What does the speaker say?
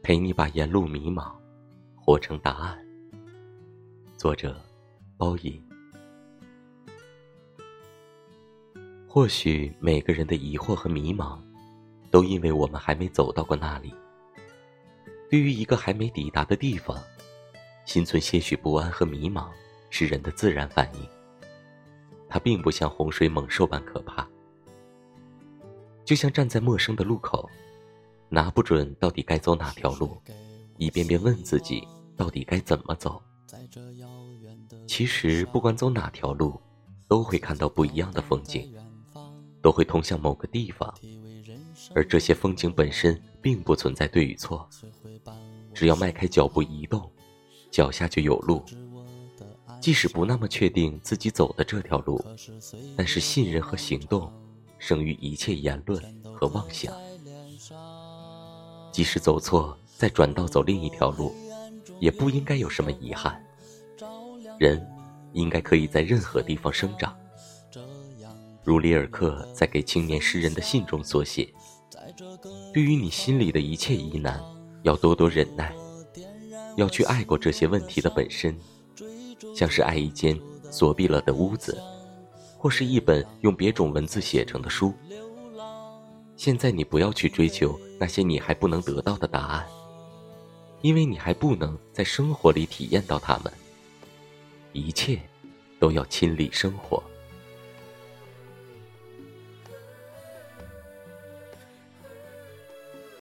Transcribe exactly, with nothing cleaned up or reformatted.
陪你把沿路迷茫活成答案。作者包银。或许每个人的疑惑和迷茫，都因为我们还没走到过那里。对于一个还没抵达的地方，心存些许不安和迷茫是人的自然反应，它并不像洪水猛兽般可怕。就像站在陌生的路口，拿不准到底该走哪条路，一遍遍问自己到底该怎么走。其实不管走哪条路，都会看到不一样的风景，都会通向某个地方，而这些风景本身并不存在对与错，只要迈开脚步移动，脚下就有路。即使不那么确定自己走的这条路，但是信任和行动胜于一切言论和妄想。即使走错，再转道走另一条路，也不应该有什么遗憾。人应该可以在任何地方生长。如里尔克在给青年诗人的信中所写，对于你心里的一切疑难，要多多忍耐，要去爱过这些问题的本身，像是爱一间锁闭了的屋子，或是一本用别种文字写成的书。现在你不要去追求那些你还不能得到的答案，因为你还不能在生活里体验到它们。一切都要亲历生活。